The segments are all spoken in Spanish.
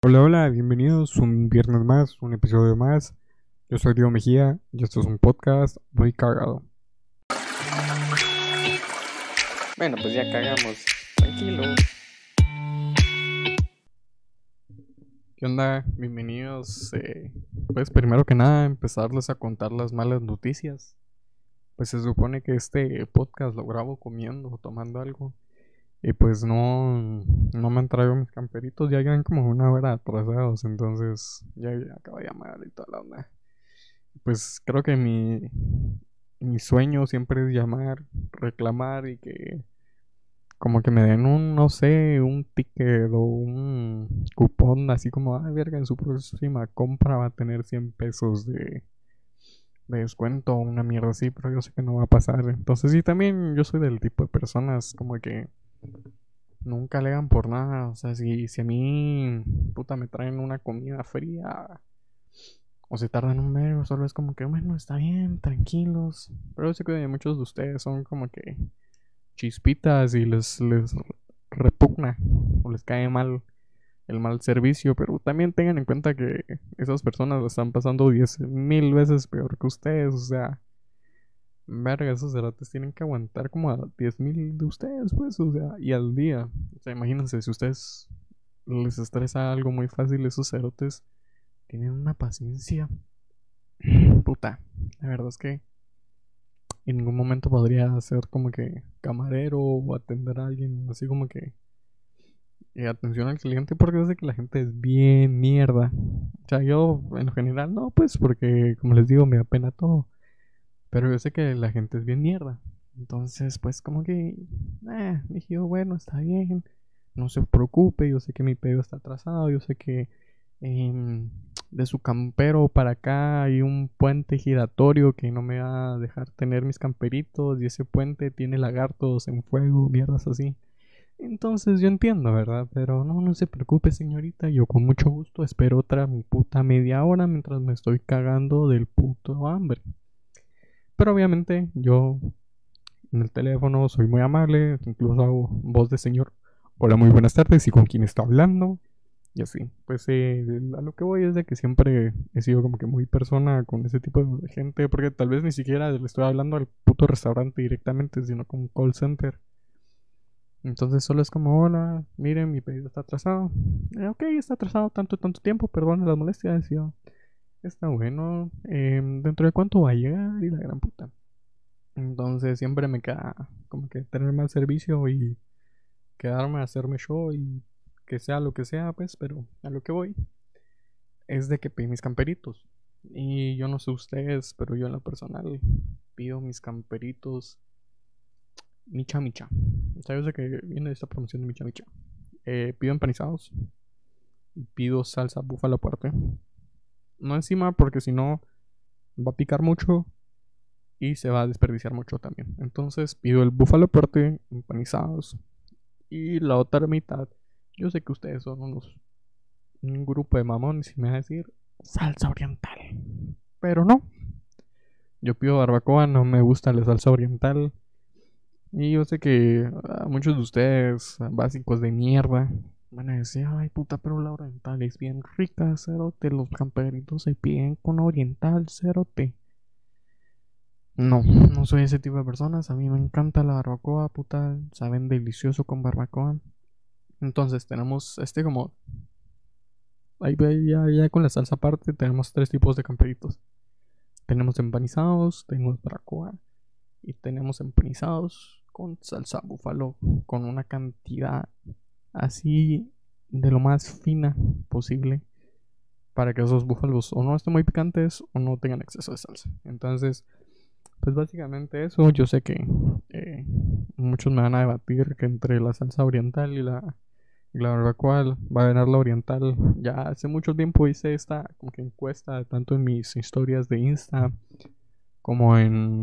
Hola, hola, bienvenidos un viernes más, un episodio más. Yo soy Diego Mejía y esto es un podcast muy cagado. Bueno, pues ya cagamos. Tranquilo. ¿Qué onda? Bienvenidos. Pues primero que nada, empezarles a contar las malas noticias. Pues se supone que este podcast lo grabo comiendo o tomando algo. Y pues no me han traído mis camperitos, ya llegan como una hora atrasados, entonces ya acabo de llamar y toda la onda. Pues creo que mi sueño siempre es llamar, reclamar y que como que me den un, no sé, un ticket o un cupón así como, ah, verga, en su próxima compra va a tener 100 pesos de descuento o una mierda así, pero yo sé que no va a pasar. Entonces sí, también yo soy del tipo de personas como que nunca alegan por nada. O sea, si a mí, puta, me traen una comida fría o se tardan un mes, solo es como que, bueno, está bien, tranquilos. Pero yo sé que muchos de ustedes son como que chispitas y les repugna o les cae mal el mal servicio, pero también tengan en cuenta que esas personas lo están pasando 10,000 veces peor que ustedes, o sea, verga, esos cerotes tienen que aguantar como a 10,000 de ustedes, pues, o sea, y al día. O sea, imagínense, si ustedes les estresa algo muy fácil, esos cerotes tienen una paciencia. Puta, la verdad es que en ningún momento podría ser como que camarero o atender a alguien, así como que atención al cliente, porque yo sé que la gente es bien mierda. O sea, yo en general no, pues porque como les digo, me da pena todo. Pero yo sé que la gente es bien mierda. Entonces, pues como que, dije yo, bueno, está bien. No se preocupe, yo sé que mi pedido está atrasado, yo sé que em, de su campero para acá hay un puente giratorio que no me va a dejar tener mis camperitos y ese puente tiene lagartos en fuego, mierdas así. Entonces yo entiendo, ¿verdad? Pero no se preocupe, señorita. Yo con mucho gusto espero otra mi puta media hora mientras me estoy cagando del puto hambre. Pero obviamente yo en el teléfono soy muy amable, incluso hago voz de señor. Hola, muy buenas tardes, y con quién está hablando. Y así, pues a lo que voy es de que siempre he sido como que muy persona con ese tipo de gente, porque tal vez ni siquiera le estoy hablando al puto restaurante directamente, sino con un call center. Entonces solo es como, hola, miren, mi pedido está atrasado. Ok, está atrasado tanto tiempo, perdón las molestias. Y yo, está bueno, ¿dentro de cuánto va a llegar? Y la gran puta. Entonces siempre me queda como que tener más servicio y quedarme a hacerme show y que sea lo que sea, pues, pero a lo que voy es de que pido mis camperitos. Y yo no sé ustedes, pero yo en lo personal pido mis camperitos micha micha. O sea, yo sé que viene esta promoción de micha micha. Pido empanizados y pido salsa búfalo aparte. No encima porque si no va a picar mucho y se va a desperdiciar mucho también. Entonces pido el búfalo aparte, empanizados. Y la otra mitad, yo sé que ustedes son un grupo de mamones y me van a decir salsa oriental. Pero no, yo pido barbacoa, no me gusta la salsa oriental. Y yo sé que muchos de ustedes, básicos de mierda, van a decir, ay puta, pero la oriental es bien rica, cerote. Los camperitos se piden con oriental, cerote. No soy ese tipo de personas. A mí me encanta la barbacoa, puta. Saben delicioso con barbacoa. Entonces tenemos como... Ahí ya con la salsa aparte tenemos tres tipos de camperitos. Tenemos empanizados, tenemos barbacoa y tenemos empanizados con salsa búfalo con una cantidad así de lo más fina posible para que esos búfalos o no estén muy picantes o no tengan exceso de salsa. Entonces, pues básicamente eso. Yo sé que eh, muchos me van a debatir que entre la salsa oriental y la barbacoa va a ganar la oriental. Ya hace mucho tiempo hice esta como que encuesta tanto en mis historias de Insta como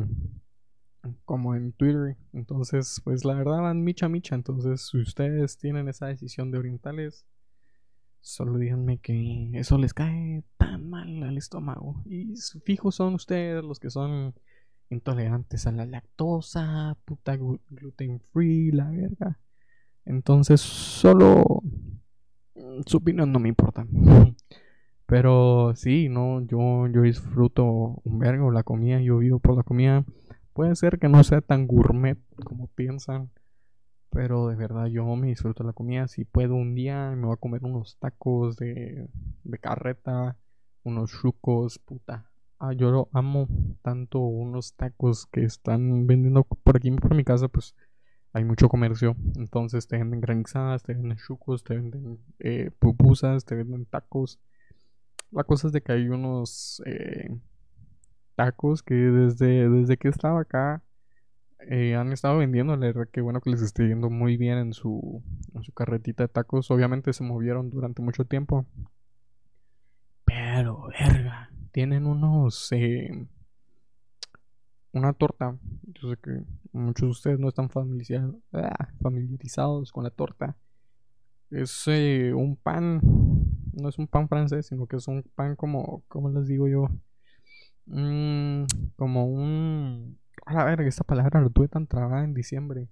en Twitter. Entonces, pues la verdad van micha micha. Entonces, si ustedes tienen esa decisión de orientales, solo díganme que eso les cae tan mal al estómago. Y fijo son ustedes los que son intolerantes a la lactosa, puta gluten free, la verga. Entonces, solo Su opinión no me importa. Pero sí, no, yo disfruto un vergo la comida, yo vivo por la comida. Puede ser que no sea tan gourmet como piensan, pero de verdad yo me disfruto la comida. Si puedo un día me voy a comer unos tacos de carreta, unos chucos, puta. Ah, yo lo amo tanto unos tacos que están vendiendo por aquí por mi casa, pues hay mucho comercio. Entonces te venden granizadas, te venden chucos, te venden pupusas, te venden tacos. La cosa es de que hay unos tacos que desde que estaba acá han estado vendiendo. La verdad que bueno que les esté yendo muy bien en su carretita de tacos. Obviamente se movieron durante mucho tiempo. Pero, verga, tienen una torta. Yo sé que muchos de ustedes no están familiarizados con la torta. Es un pan, no es un pan francés, sino que es un pan como, ¿cómo les digo yo? Mm, como un... A la verga, esta palabra lo tuve tan trabada en diciembre.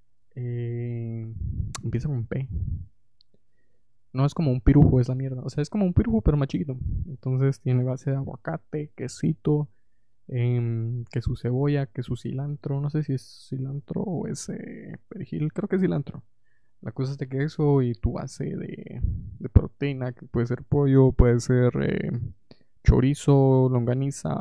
Empieza con P. No es como un pirujo, es la mierda. O sea, es como un pirujo, pero más chiquito. Entonces tiene base de aguacate, quesito, queso cebolla, queso cilantro. No sé si es cilantro o es perejil. Creo que es cilantro. La cosa es de queso y tu base de proteína, que puede ser pollo, puede ser chorizo, longaniza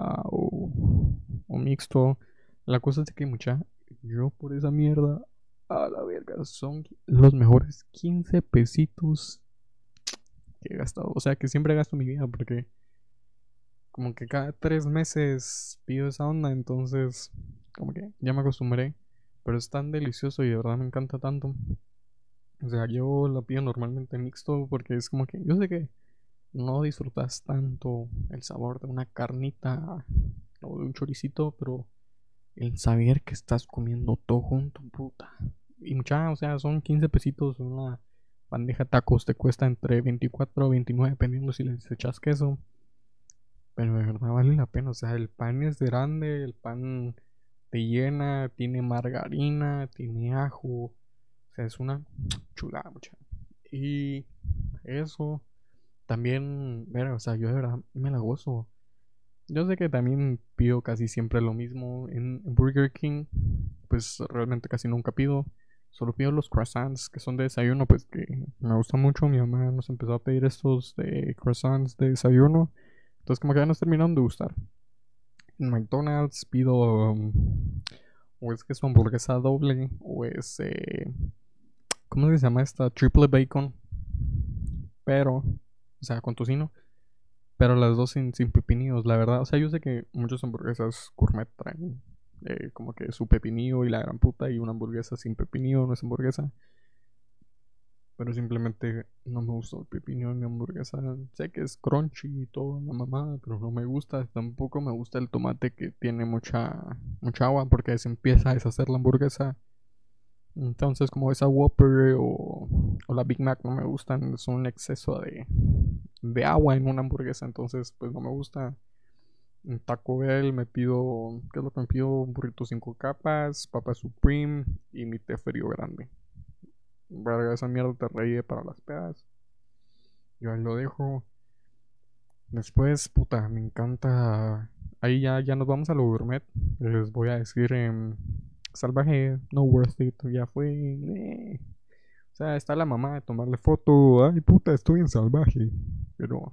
o mixto. La cosa es de que mucha, yo por esa mierda, a la verga, son los mejores 15 pesitos que he gastado. O sea, que siempre gasto mi vida porque como que cada 3 meses pido esa onda, entonces como que ya me acostumbré. Pero es tan delicioso y de verdad me encanta tanto. O sea, yo la pido normalmente mixto porque es como que yo sé que no disfrutas tanto el sabor de una carnita o de un choricito, pero el saber que estás comiendo todo junto, puta. Y mucha, o sea, son 15 pesitos una bandeja de tacos, te cuesta entre 24 o 29 dependiendo si les echas queso. Pero de verdad vale la pena, o sea, el pan es grande, el pan te llena, tiene margarina, tiene ajo, o sea, es una chulada, mucha. Y eso también, o sea, yo de verdad me la gozo. Yo sé que también pido casi siempre lo mismo en Burger King, pues realmente casi nunca pido. Solo pido los croissants que son de desayuno, pues que me gusta mucho. Mi mamá nos empezó a pedir estos de croissants de desayuno. Entonces como que ya nos terminaron de gustar. En McDonald's pido o es que es hamburguesa doble o es ¿cómo se llama esta? Triple bacon. Pero, o sea, con tocino. Pero las dos sin pepinillos, la verdad. O sea, yo sé que muchas hamburguesas gourmet traen como que su pepinillo y la gran puta. Y una hamburguesa sin pepinillo no es hamburguesa. Pero simplemente no me gusta el pepinillo en mi hamburguesa. Sé que es crunchy y todo, la mamada, pero no me gusta. Tampoco me gusta el tomate que tiene mucha agua porque se empieza a deshacer la hamburguesa. Entonces, como esa Whopper o la Big Mac no me gustan, es un exceso de agua en una hamburguesa. Entonces, pues no me gusta. En Taco Bell me pido, ¿qué es lo que me pido? Un burrito 5 capas, papa supreme y mi té frío grande. Verga, esa mierda te reí para las pedas. Yo ahí lo dejo. Después, puta, me encanta. Ahí ya nos vamos a lo gourmet. Les voy a decir, salvaje, no worth it, ya fue. O sea, está la mamá de tomarle foto. Ay, puta, estoy en salvaje. Pero,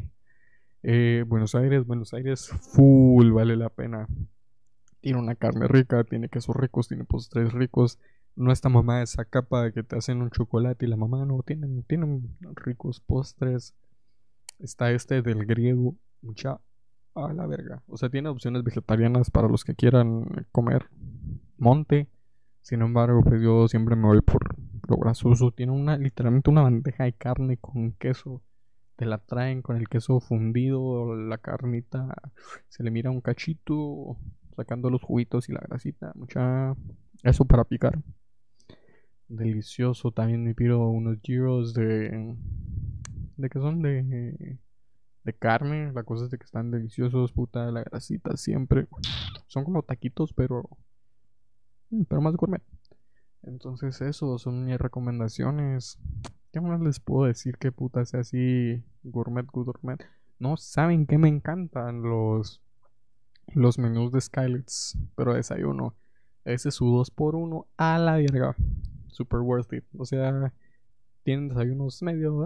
Buenos Aires, full, vale la pena. Tiene una carne rica, tiene quesos ricos, tiene postres ricos. No está mamá esa capa de que te hacen un chocolate y la mamá no, tienen ricos postres. Está este del griego, mucha a la verga. O sea, tiene opciones vegetarianas para los que quieran comer monte. Sin embargo, pues yo siempre me voy por lo grasoso. Tiene literalmente una bandeja de carne con queso. Te la traen con el queso fundido, la carnita, se le mira un cachito, sacando los juguitos y la grasita. Mucha eso para picar. Delicioso. También me pido unos gyros ¿de qué son? De carne. La cosa es de que están deliciosos, puta, la grasita siempre. Son como taquitos, pero más gourmet. Entonces eso son mis recomendaciones. ¿Qué más les puedo decir que puta sea así gourmet, gourmet? No saben que me encantan los menús de Skylets, pero desayuno. Ese es su 2 por uno a la verga. Super worth it. O sea, tienen desayunos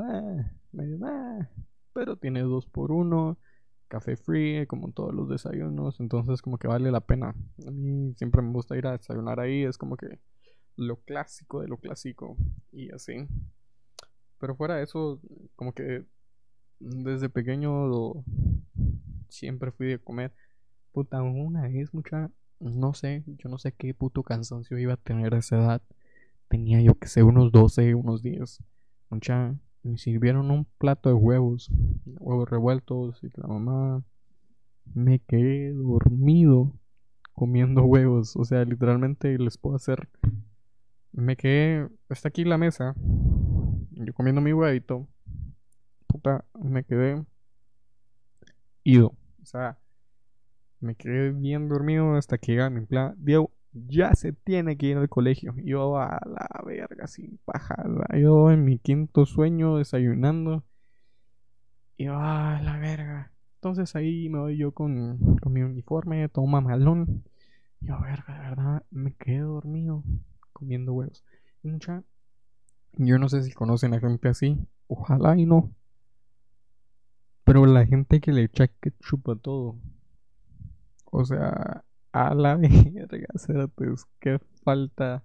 medio, pero tiene 2 por uno café free, como todos los desayunos. Entonces, como que vale la pena. A mí siempre me gusta ir a desayunar ahí. Es como que lo clásico de lo clásico. Y así. Pero fuera de eso, como que desde pequeño siempre fui de comer. Puta, una vez mucha, no sé, yo no sé qué puto cansancio iba a tener a esa edad. Tenía yo que sé, unos 12 unos 10. Mucha, me sirvieron un plato de huevos revueltos y la mamá me quedé dormido comiendo huevos. O sea, literalmente les puedo hacer. Me quedé, está aquí la mesa, yo comiendo mi huevito. Puta, me quedé ido. O sea, me quedé bien dormido hasta que llegan en plan, Diego, ya se tiene que ir al colegio. Yo a la verga, sin pajada. Yo en mi quinto sueño desayunando. Y yo a la verga. Entonces ahí me voy yo con mi uniforme, todo mamalón. Yo, verga, de verdad, me quedé dormido comiendo huevos. Y mucha, yo no sé si conocen a gente así. Ojalá y no. Pero la gente que le echa ketchup a todo. O sea, a la verga, cerotes, qué falta.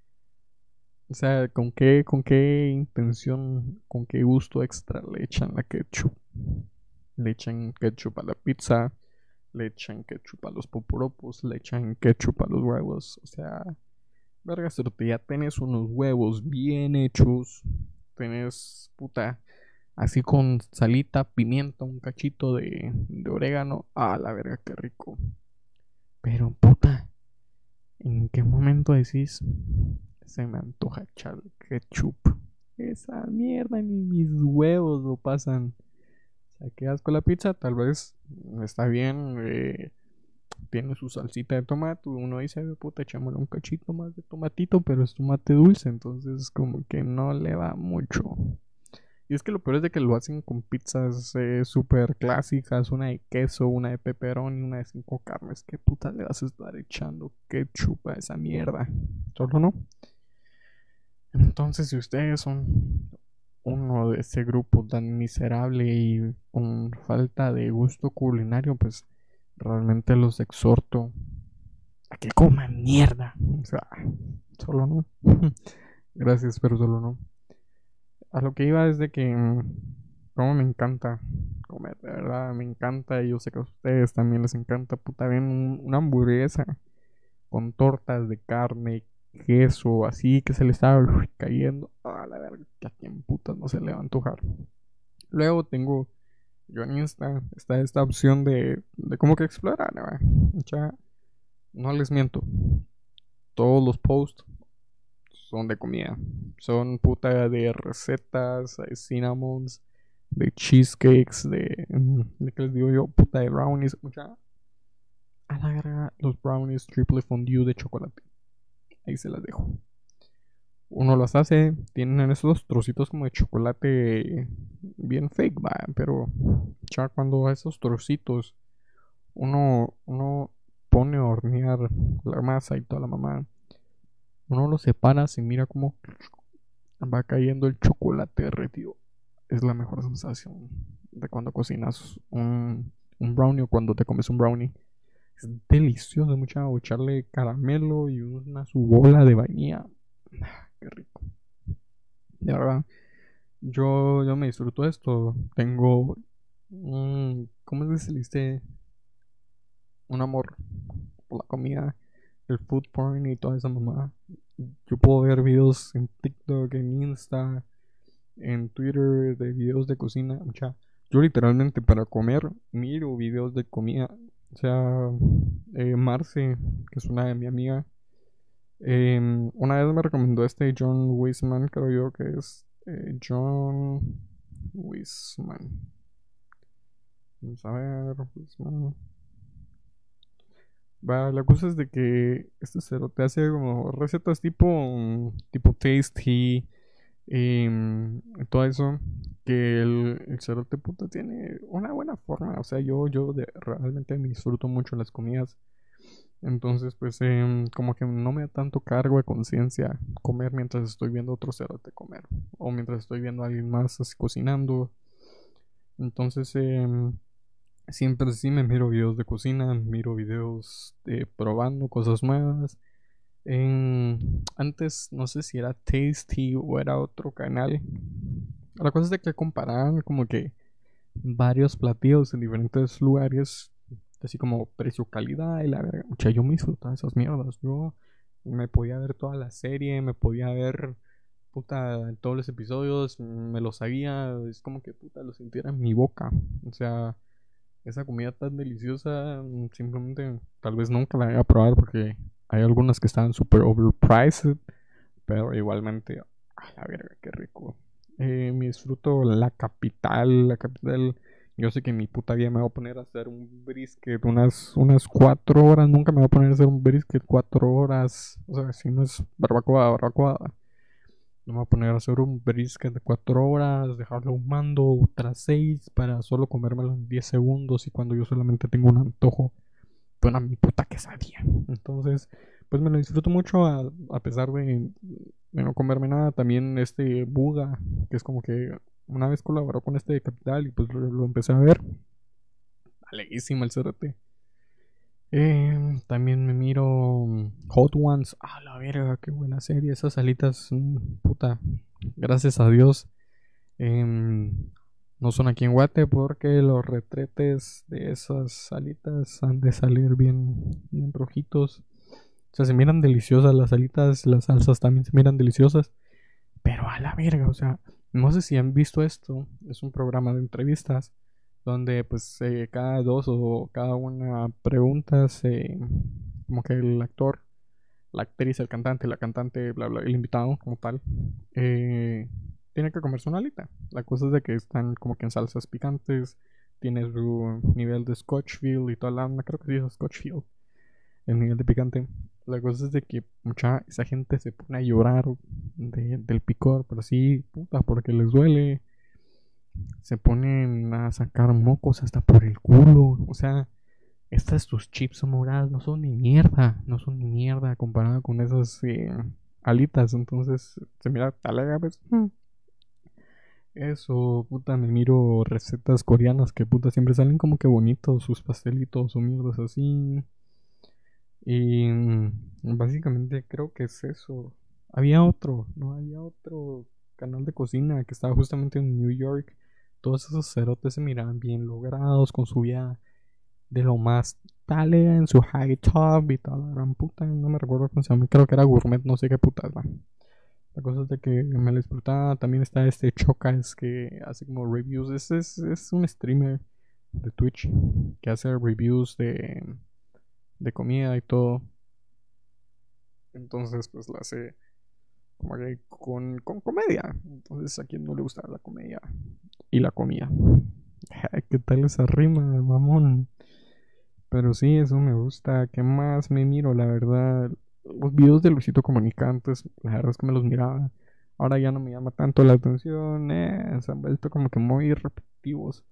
O sea, ¿con qué intención, con qué gusto extra le echan la ketchup? Le echan ketchup a la pizza, le echan ketchup a los poporopos, le echan ketchup a los huevos. O sea, verga, cerote, ya tenés unos huevos bien hechos. Tenés, puta, así con salita, pimienta, un cachito de orégano. Ah, la verga, qué rico. Pero, puta, ¿en qué momento decís se me antoja echar ketchup? Esa mierda ni mis huevos lo pasan. O sea, qué asco la pizza, tal vez está bien, tiene su salsita de tomate. Uno dice, puta, echémosle un cachito más de tomatito, pero es tomate dulce, entonces como que no le va mucho. Y es que lo peor es de que lo hacen con pizzas súper clásicas, una de queso, una de pepperoni, una de 5 carnes. ¿Qué puta le vas a estar echando ketchup a esa mierda? Solo no. Entonces, si ustedes son uno de ese grupo tan miserable y con falta de gusto culinario, pues realmente los exhorto a que coman mierda. O sea, solo no. Gracias, pero solo no. A lo que iba es de que como me encanta comer, de verdad, me encanta y yo sé que a ustedes también les encanta, puta, ven una hamburguesa con tortas de carne, queso, así que se le está cayendo, a la verga, que a quien putas no se le va a antojar. Luego tengo, yo en Insta, está esta opción de como que explorar, ¿no? Ya, no les miento, todos los posts son de comida. Son puta de recetas, de cinnamons, de cheesecakes, ¿de qué les digo yo? Puta de brownies. Mucha, a la verga, los brownies triple fondue de chocolate. Ahí se las dejo. Uno las hace, tienen esos trocitos como de chocolate bien fake, va, pero ya cuando esos trocitos uno pone a hornear la masa y toda la mamá, uno lo separa, se mira como va cayendo el chocolate derretido. Es la mejor sensación de cuando cocinas un brownie o cuando te comes un brownie. Es delicioso, mucha echarle caramelo y una su bola de vainilla. Qué rico. De verdad, yo me disfruto esto. Tengo ¿cómo es que se le dice? Un amor por la comida, el food porn y toda esa mamá. Yo puedo ver videos en TikTok, en Insta, en Twitter de videos de cocina. O sea, yo literalmente para comer miro videos de comida. O sea, Marce, que es una de mi amiga, una vez me recomendó este John Wiseman, creo yo que es John Wiseman. Vamos a ver, Wiseman. Va, la cosa es de que este cero te hace como recetas tipo Tasty, Y todo eso, que el cerote puta tiene una buena forma. O sea, realmente me disfruto mucho las comidas. Entonces, pues, como que no me da tanto cargo de conciencia comer mientras estoy viendo otro cerote comer. O mientras estoy viendo a alguien más así cocinando. Entonces, siempre sí me miro videos de cocina, miro videos de probando cosas nuevas. Antes no sé si era Tasty o era otro canal. La cosa es de que comparaban como que varios platillos en diferentes lugares, así como precio-calidad y la verga. O sea, yo me disfrutaba esas mierdas. Yo me podía ver toda la serie, me podía ver puta todos los episodios, me lo sabía, es como que puta lo sintiera en mi boca. O sea, esa comida tan deliciosa, simplemente tal vez nunca la voy a probar porque hay algunas que están super overpriced, pero igualmente, a la verga, qué rico. Me disfruto la capital. Yo sé que mi puta vida me va a poner a hacer un brisket unas 4 horas. Nunca me voy a poner a hacer un brisket 4 horas. O sea, si no es barbacoa, barbacoa. No me voy a poner a hacer un brisket de 4 horas, dejarlo ahumando otras 6 para solo comérmelo en 10 segundos y cuando yo solamente tengo un antojo de una mi puta quesadilla. Entonces, pues me lo disfruto mucho a pesar de no comerme nada. También este Buga, que es como que una vez colaboró con este de Capital y pues lo empecé a ver. Aleguísimo el cerote. También me miro Hot Ones. Ah, la verga, qué buena serie. Esas alitas, puta. Gracias a Dios. No son aquí en Guate porque los retretes de esas alitas han de salir bien rojitos. O sea, se miran deliciosas las alitas, las salsas también se miran deliciosas. Pero a la verga, o sea, no sé si han visto esto. Es un programa de entrevistas donde pues cada dos o cada una pregunta como que el actor, la actriz, el cantante, la cantante, bla bla, el invitado como tal, eh, tiene que comerse una alita. La cosa es de que están como que en salsas picantes, tiene su nivel de Scotchville y toda la onda, creo que sí es Scotchville, el nivel de picante. La cosa es de que esa gente se pone a llorar del picor, pero sí, puta, porque les duele. Se ponen a sacar mocos hasta por el culo. O sea, estas tus chips moradas no son ni mierda. No son ni mierda comparado con esas alitas. Entonces, se mira talega, pues. Eso, puta, me miro recetas coreanas que puta siempre salen como que bonitos sus pastelitos o mierdas así. Y básicamente creo que es eso. Había otro, ¿no? Había otro canal de cocina que estaba justamente en New York. Todos esos cerotes se miraban bien logrados con su vida de lo más talega en su high top y tal. La gran puta, no me recuerdo cómo se llama. Creo que era gourmet, no sé qué putas, va. La cosa es de que me la disfrutaba. También está este Chocas que hace como reviews. Es un streamer de Twitch que hace reviews de comida y todo. Entonces, pues la hace como que con comedia. Entonces, ¿a quién no le gusta la comedia y la comida? ¿Qué tal esa rima, mamón? Pero sí, eso me gusta. ¿Qué más me miro? La verdad, los videos de Luisito Comunica antes, la verdad es que me los miraba. Ahora ya no me llama tanto la atención. Se han vuelto como que muy repetitivos.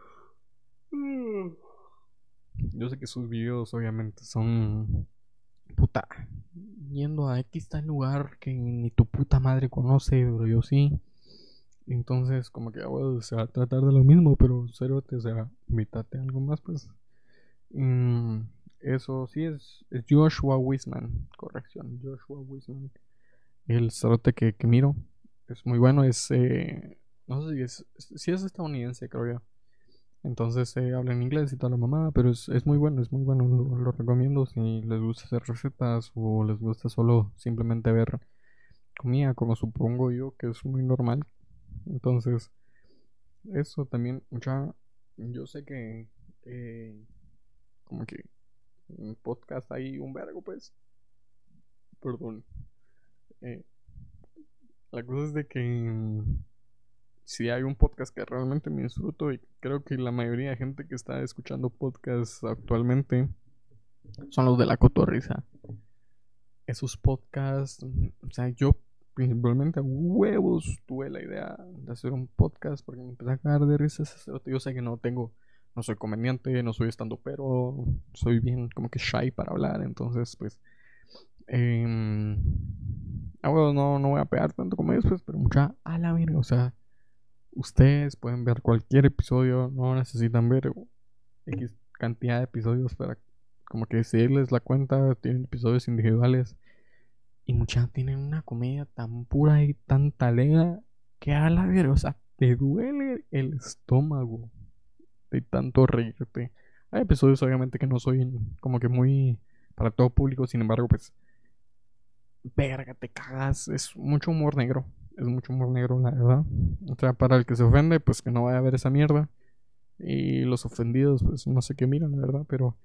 Yo sé que sus videos obviamente son puta, yendo a X tal lugar que ni tu puta madre conoce, pero yo sí. Entonces, como que, bueno, se va a tratar de lo mismo, pero cero, o sea, invítate a algo más, pues. Mm, eso sí es Joshua Wisman, corrección, Joshua Wisman. El cerote que miro es muy bueno, no sé si es estadounidense, creo yo. Entonces habla en inglés y toda la mamada, pero es muy bueno, lo recomiendo si les gusta hacer recetas o les gusta solo simplemente ver comida, como supongo yo que es muy normal. Entonces, eso también, ya, yo sé que como que en podcast hay un vergo, pues, perdón. Eh, la cosa es de que si hay un podcast que realmente me disfruto y creo que la mayoría de gente que está escuchando podcasts actualmente son los de la cotorriza. Esos podcasts, o sea, yo principalmente a huevos tuve la idea de hacer un podcast porque me empecé a cagar de risas. Yo sé que no soy comediante, no soy estando, pero soy bien como que shy para hablar. Entonces, pues, bueno, no voy a pegar tanto como ellos, pues, pero mucha a la verga. O sea, ustedes pueden ver cualquier episodio, no necesitan ver X cantidad de episodios para como que seguirles la cuenta. Tienen episodios individuales. Y muchas tienen una comedia tan pura y tan talega que a la verga, o sea, te duele el estómago de tanto reírte. Hay episodios obviamente que no soy como que muy para todo público, sin embargo, pues, verga, te cagas, es mucho humor negro. Es mucho humor negro, la verdad. O sea, para el que se ofende, pues que no vaya a ver esa mierda. Y los ofendidos, pues no sé qué miran, la verdad, pero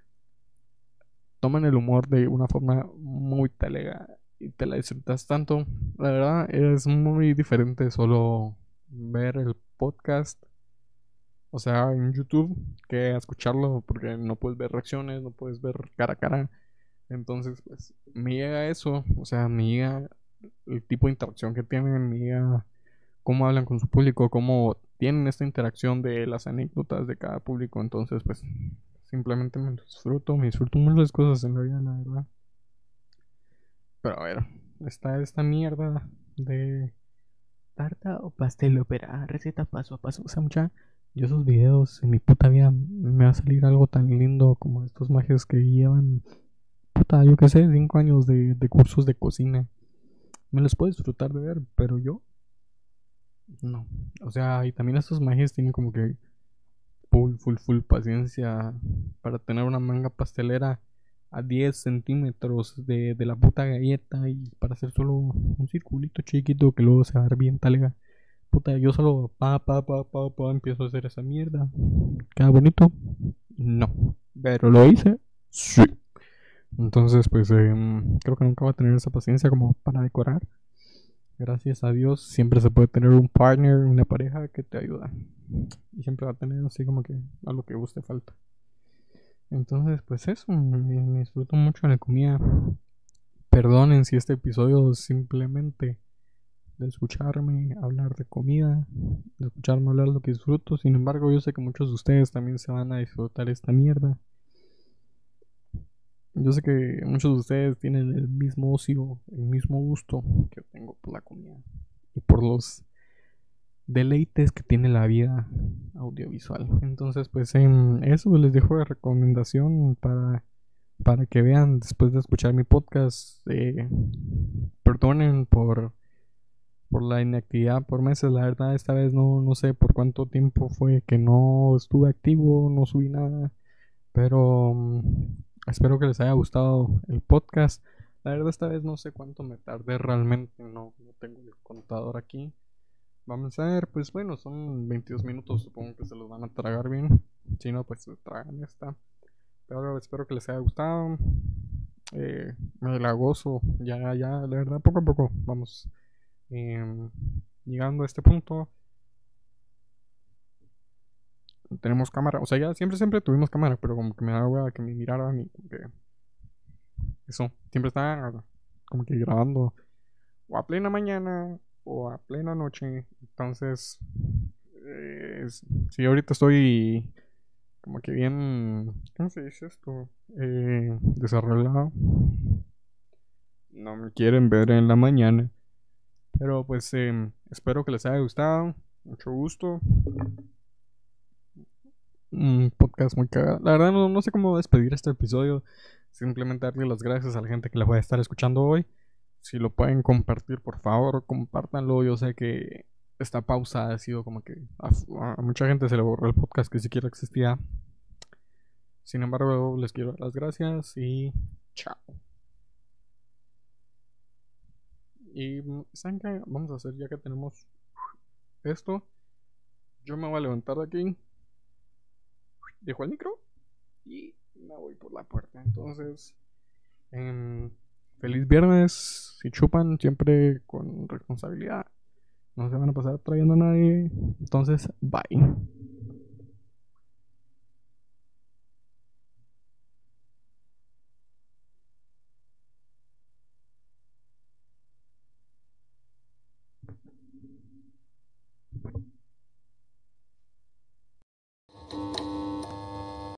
toman el humor de una forma muy talega y te la disfrutas tanto. La verdad es muy diferente solo ver el podcast, o sea, en YouTube, que escucharlo porque no puedes ver reacciones, no puedes ver cara a cara. Entonces, pues me llega eso, o sea, me llega el tipo de interacción que tienen, me llega cómo hablan con su público, cómo tienen esta interacción de las anécdotas de cada público. Entonces, pues simplemente me disfruto muchas cosas en la vida, la verdad. Pero a ver, está esta mierda de tarta o pastel, opera, receta paso a paso. O sea, yo esos videos en mi puta vida me va a salir algo tan lindo como estos magios que llevan, puta, yo que sé, 5 años de cursos de cocina. Me los puedo disfrutar de ver, pero yo no. O sea, y también estos magios tienen como que full paciencia para tener una manga pastelera a 10 centímetros de la puta galleta y para hacer solo un circulito chiquito que luego se va a ver bien talega. Puta, yo solo empiezo a hacer esa mierda. ¿Queda bonito? No. ¿Pero lo hice? Sí. Entonces, pues creo que nunca voy a tener esa paciencia como para decorar. Gracias a Dios siempre se puede tener un partner, una pareja que te ayuda. Y siempre va a tener así como que a lo que guste falta. Entonces, pues eso, me disfruto mucho la comida. Perdonen si este episodio simplemente de escucharme hablar de comida, de escucharme hablar de lo que disfruto. Sin embargo, yo sé que muchos de ustedes también se van a disfrutar esta mierda. Yo sé que muchos de ustedes tienen el mismo ocio, el mismo gusto que yo tengo por la comida y por los deleites que tiene la vida audiovisual. Entonces, pues eso les dejo de recomendación para que vean después de escuchar mi podcast. Perdonen por la inactividad por meses. La verdad, esta vez no sé por cuánto tiempo fue que no estuve activo, no subí nada. Pero espero que les haya gustado el podcast. La verdad, esta vez no sé cuánto me tardé realmente. No tengo el contador aquí. Vamos a ver, pues bueno, son 22 minutos. Supongo que se los van a tragar bien. Si no, pues se tragan esta. Pero espero que les haya gustado. Me la gozo. La verdad, poco a poco vamos llegando a este punto. Tenemos cámara. O sea, ya siempre tuvimos cámara, pero como que me da hueva que me miraran y como que eso. Siempre está como que grabando o a plena mañana o a plena noche. Entonces, sí, ahorita estoy como que bien, ¿cómo se dice esto? Desarrollado. No me quieren ver en la mañana. Pero pues espero que les haya gustado. Mucho gusto. Un podcast muy cagado. La verdad no sé cómo despedir este episodio. Simplemente darle las gracias a la gente que la va a estar escuchando hoy. Si lo pueden compartir, por favor, compártanlo. Yo sé que esta pausa ha sido como que a mucha gente se le borró el podcast que siquiera existía. Sin embargo, les quiero dar las gracias y chao. Y ¿saben qué vamos a hacer ya que tenemos esto? Yo me voy a levantar de aquí, dejo el micro y me voy por la puerta. Entonces, feliz viernes. Si chupan, siempre con responsabilidad. No se van a pasar trayendo a nadie. Entonces, bye.